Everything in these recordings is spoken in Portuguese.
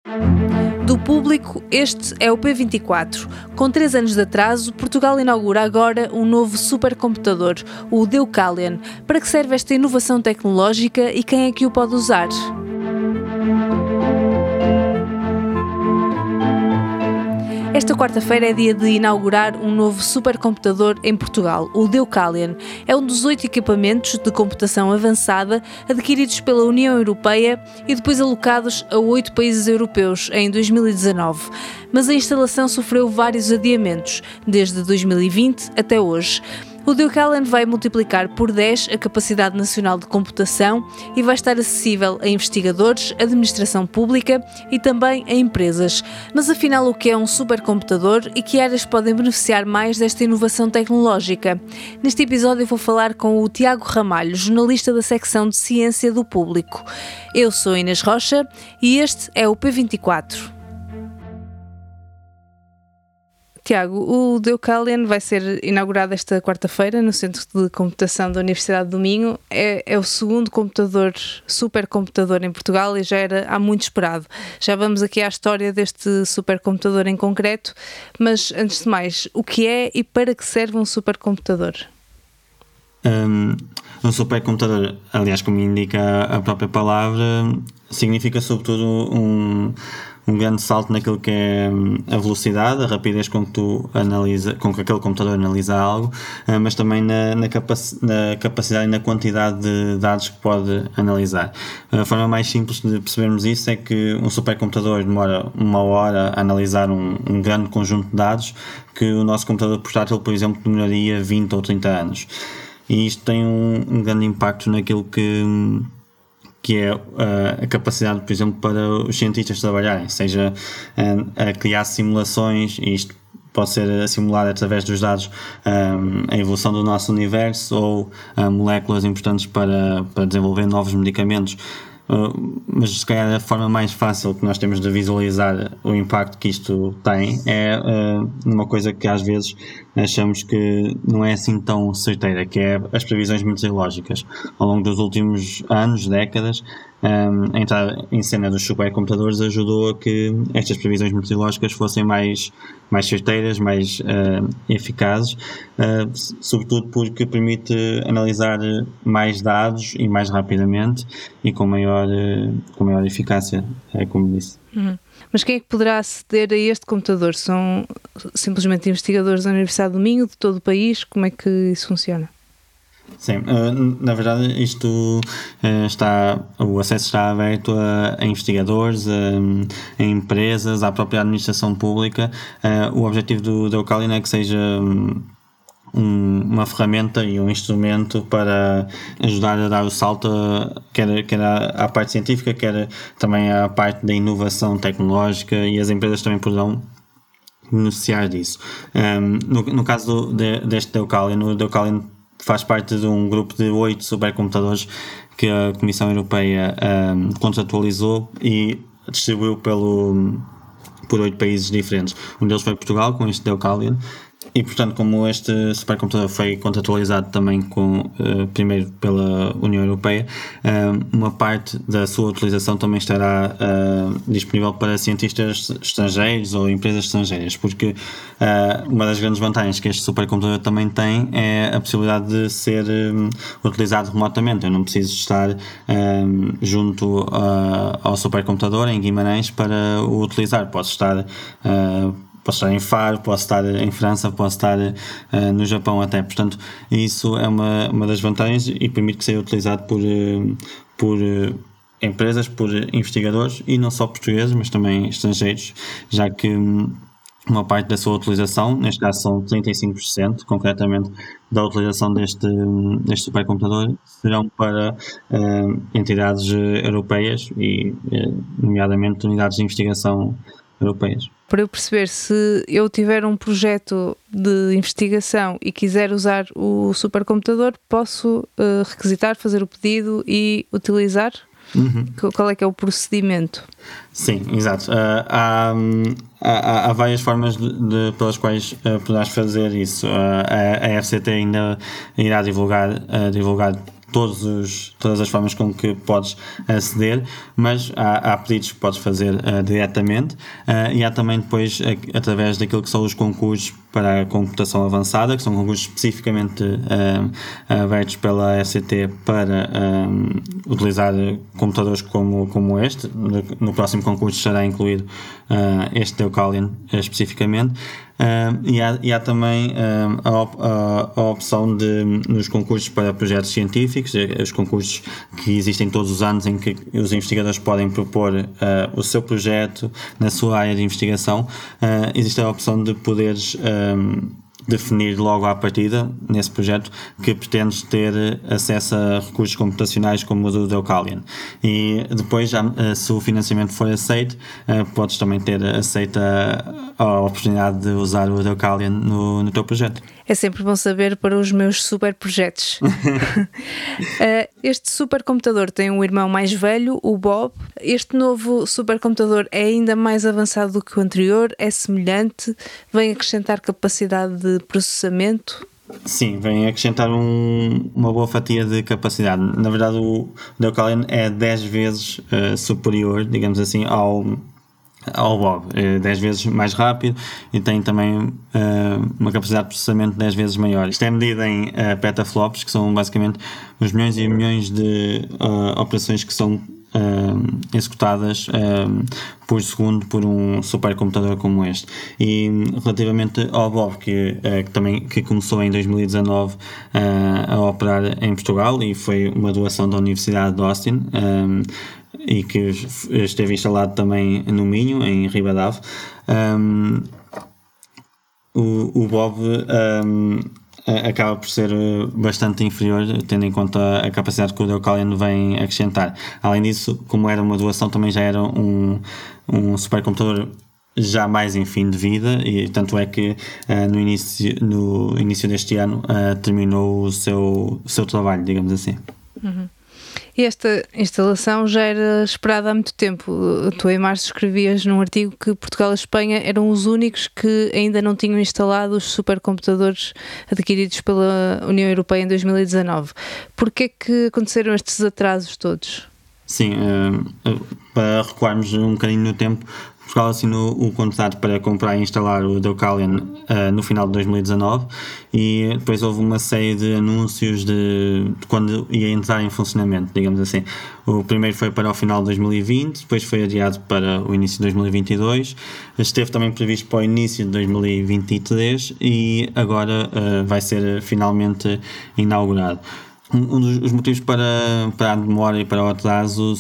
Do público, este é o P24. Com 3 anos de atraso, Portugal inaugura agora um novo supercomputador, o Deucalion. Para que serve esta inovação tecnológica e quem é que o pode usar? Esta quarta-feira é dia de inaugurar um novo supercomputador em Portugal, o Deucalion. É um dos 8 equipamentos de computação avançada adquiridos pela União Europeia e depois alocados a 8 países europeus em 2019. Mas a instalação sofreu vários adiamentos, desde 2020 até hoje. O Deucalion vai multiplicar por 10 a capacidade nacional de computação e vai estar acessível a investigadores, administração pública e também a empresas. Mas afinal, o que é um supercomputador e que áreas podem beneficiar mais desta inovação tecnológica? Neste episódio vou falar com o Tiago Ramalho, jornalista da secção de Ciência do Público. Eu sou Inês Rocha e este é o P24. Tiago, o Deucalion vai ser inaugurado esta quarta-feira no Centro de Computação da Universidade do Minho. É o segundo supercomputador em Portugal e já era há muito esperado. Já vamos aqui à história deste supercomputador em concreto, mas antes de mais, o que é e para que serve um supercomputador? Um supercomputador, aliás, como indica a própria palavra, significa sobretudo um grande salto naquilo que é a velocidade, a rapidez com que aquele computador analisa algo, mas também na capacidade e na quantidade de dados que pode analisar. A forma mais simples de percebermos isso é que um supercomputador demora 1 hora a analisar um grande conjunto de dados que o nosso computador portátil, por exemplo, demoraria 20 ou 30 anos. E isto tem um grande impacto naquilo que é a capacidade, por exemplo, para os cientistas trabalharem, seja a criar simulações, e isto pode ser simulado através dos dados, a evolução do nosso universo ou moléculas importantes para desenvolver novos medicamentos. Mas se calhar a forma mais fácil que nós temos de visualizar o impacto que isto tem é uma coisa que às vezes achamos que não é assim tão certeira, que é as previsões meteorológicas. Ao longo dos últimos anos, décadas, a entrada em cena dos supercomputadores ajudou a que estas previsões meteorológicas fossem mais certeiras, mais eficazes, sobretudo porque permite analisar mais dados e mais rapidamente e com maior eficácia, como disse. Mas quem é que poderá aceder a este computador? São simplesmente investigadores da Universidade do Minho, de todo o país? Como é que isso funciona? Sim, na verdade o acesso está aberto a investigadores, a empresas, à própria administração pública. O objetivo do Deucalion é que seja uma ferramenta e um instrumento para ajudar a dar o salto quer à parte científica, quer também à parte da inovação tecnológica, e as empresas também poderão beneficiar disso. No caso deste Deucalion, o Deucalion faz parte de um grupo de 8 supercomputadores que a Comissão Europeia contratualizou e distribuiu por 8 países diferentes. Um deles foi Portugal, com este Deucalion. E, portanto, como este supercomputador foi contratualizado também primeiro pela União Europeia, uma parte da sua utilização também estará disponível para cientistas estrangeiros ou empresas estrangeiras, porque uma das grandes vantagens que este supercomputador também tem é a possibilidade de ser utilizado remotamente. Eu não preciso estar junto ao supercomputador em Guimarães para o utilizar. Posso estar em Faro, posso estar em França, posso estar no Japão até. Portanto, isso é uma das vantagens e permite que seja utilizado por empresas, por investigadores, e não só portugueses, mas também estrangeiros, já que uma parte da sua utilização, neste caso são 35% concretamente da utilização deste supercomputador, serão para entidades europeias e nomeadamente unidades de investigação europeias. Para eu perceber, se eu tiver um projeto de investigação e quiser usar o supercomputador, posso requisitar, fazer o pedido e utilizar? Qual é que é o procedimento? Sim, exato. Há várias formas pelas quais poderás fazer isso. A FCT ainda irá divulgar todas as formas com que podes aceder, mas há pedidos que podes fazer diretamente, e há também depois através daquilo que são os concursos para a computação avançada, que são concursos especificamente abertos pela FCT para utilizar computadores como este. No próximo concurso será incluído este Deucalion especificamente. E há também a opção de, nos concursos para projetos científicos, os concursos que existem todos os anos em que os investigadores podem propor o seu projeto na sua área de investigação, existe a opção de poderes definir logo à partida, nesse projeto, que pretendes ter acesso a recursos computacionais como o do Deucalion. E depois, se o financiamento for aceito, podes também ter aceita a oportunidade de usar o Deucalion no teu projeto. É sempre bom saber para os meus super projetos. Este supercomputador tem um irmão mais velho, o Bob. Este novo supercomputador é ainda mais avançado do que o anterior, é semelhante, vem acrescentar capacidade de processamento. Sim, vem acrescentar uma boa fatia de capacidade. Na verdade, o Deucalion é 10 vezes superior, digamos assim, ao Bob, 10 vezes mais rápido e tem também uma capacidade de processamento 10 vezes maior. Isto é medido em petaflops, que são basicamente os milhões e milhões de operações que são executadas por segundo por um supercomputador como este. E relativamente ao Bob, que começou em 2019 a operar em Portugal e foi uma doação da Universidade de Austin, e que esteve instalado também no Minho, em Ribadave. O Bob acaba por ser bastante inferior, tendo em conta a capacidade que o Deucalion vem acrescentar. Além disso, como era uma doação, também já era um supercomputador já mais em fim de vida, e tanto é que no início deste ano terminou o seu trabalho, digamos assim. Uhum. E esta instalação já era esperada há muito tempo. Tu, em março, escrevias num artigo que Portugal e Espanha eram os únicos que ainda não tinham instalado os supercomputadores adquiridos pela União Europeia em 2019. Porquê é que aconteceram estes atrasos todos? Sim, para recuarmos um bocadinho no tempo, Portugal assinou o contrato para comprar e instalar o Deucalion no final de 2019, e depois houve uma série de anúncios de quando ia entrar em funcionamento, digamos assim. O primeiro foi para o final de 2020, depois foi adiado para o início de 2022, esteve também previsto para o início de 2023 e agora vai ser finalmente inaugurado. Um dos motivos para a demora e para o atraso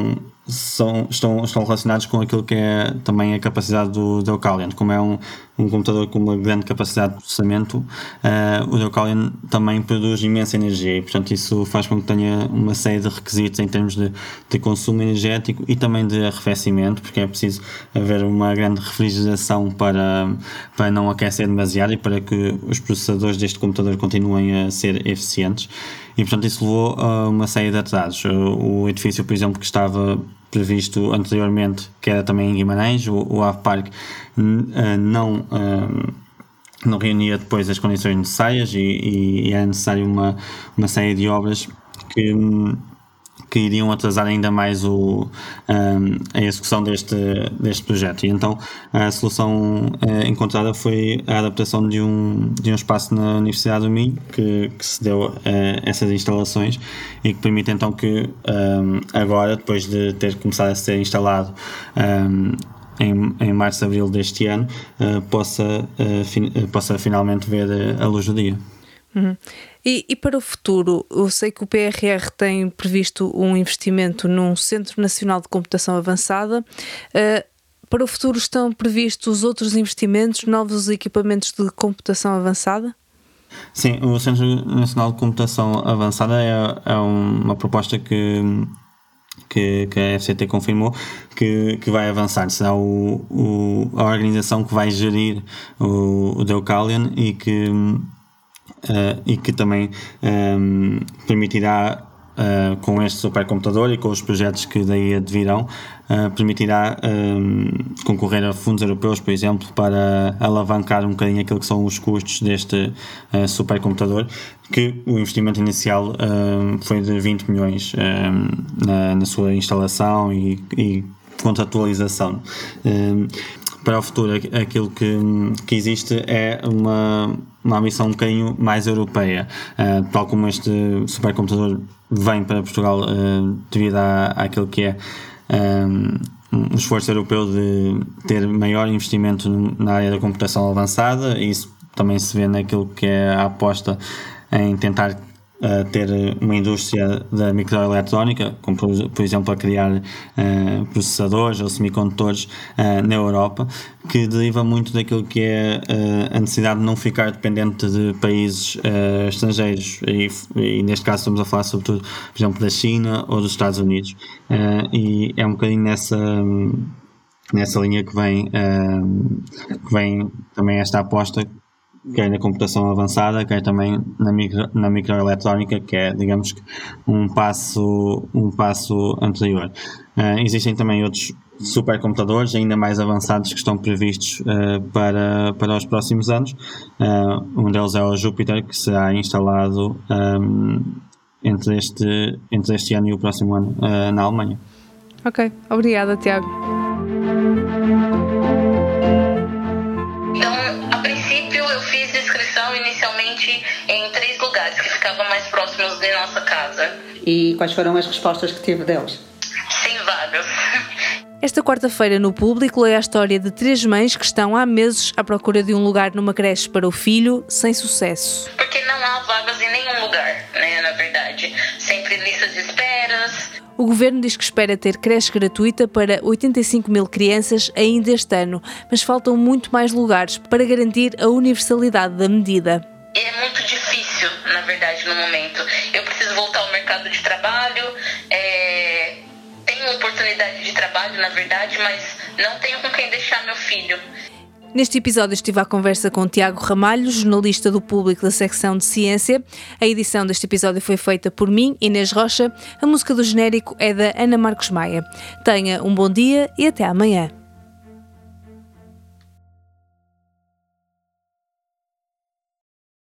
estão relacionados com aquilo que é também a capacidade do Deucalion. Como é um computador com uma grande capacidade de processamento, o Deucalion também produz imensa energia e, portanto, isso faz com que tenha uma série de requisitos em termos de consumo energético e também de arrefecimento, porque é preciso haver uma grande refrigeração para não aquecer demasiado e para que os processadores deste computador continuem a ser eficientes. E, portanto, isso levou a uma série de atrasos. O edifício, por exemplo, que estava previsto anteriormente, que era também em Guimarães, o Ave Parque, não reunia depois as condições necessárias e era necessário uma série de obras que iriam atrasar ainda mais a execução deste projeto. E então a solução encontrada foi a adaptação de um espaço na Universidade do Minho que se deu a essas instalações e que permite então que agora, depois de ter começado a ser instalado em março, abril deste ano, possa finalmente ver a luz do dia. Uhum. E para o futuro, eu sei que o PRR tem previsto um investimento num Centro Nacional de Computação Avançada. Para o futuro estão previstos outros investimentos, novos equipamentos de computação avançada? Sim, o Centro Nacional de Computação Avançada é uma proposta que a FCT confirmou que vai avançar. Será a organização que vai gerir o Deucalion e que também permitirá, com este supercomputador e com os projetos que daí advirão, permitirá concorrer a fundos europeus, por exemplo, para alavancar um bocadinho aquilo que são os custos deste supercomputador, que o investimento inicial foi de 20 milhões na sua instalação e contratualização. Para o futuro, aquilo que existe é uma ambição um bocadinho mais europeia, tal como este supercomputador vem para Portugal devido àquilo que é um esforço europeu de ter maior investimento na área da computação avançada, e isso também se vê naquilo que é a aposta em tentar ter uma indústria da microeletrónica, como por exemplo a criar processadores ou semicondutores na Europa, que deriva muito daquilo que é a necessidade de não ficar dependente de países estrangeiros, e neste caso estamos a falar sobretudo, por exemplo, da China ou dos Estados Unidos, e é um bocadinho nessa linha que vem também esta aposta, quer na computação avançada, quer também na microeletrónica, que é, digamos, um passo anterior. Existem também outros supercomputadores ainda mais avançados que estão previstos para os próximos anos. Um deles é o Júpiter, que será instalado entre este ano e o próximo ano na Alemanha. Ok, obrigada, Tiago. Inicialmente em 3 lugares que ficavam mais próximos de nossa casa. E quais foram as respostas que tive deles? Sem vagas. Esta quarta-feira no Público é a história de 3 mães que estão há meses à procura de um lugar numa creche para o filho, sem sucesso. Porque não há vagas em nenhum lugar, né, na verdade. Sempre listas de esperas. O Governo diz que espera ter creche gratuita para 85 mil crianças ainda este ano, mas faltam muito mais lugares para garantir a universalidade da medida. É muito difícil, na verdade, no momento. Eu preciso voltar ao mercado de trabalho, tenho oportunidade de trabalho, na verdade, mas não tenho com quem deixar meu filho. Neste episódio estive à conversa com Tiago Ramalho, jornalista do Público da secção de Ciência. A edição deste episódio foi feita por mim, Inês Rocha. A música do genérico é da Ana Marcos Maia. Tenha um bom dia e até amanhã.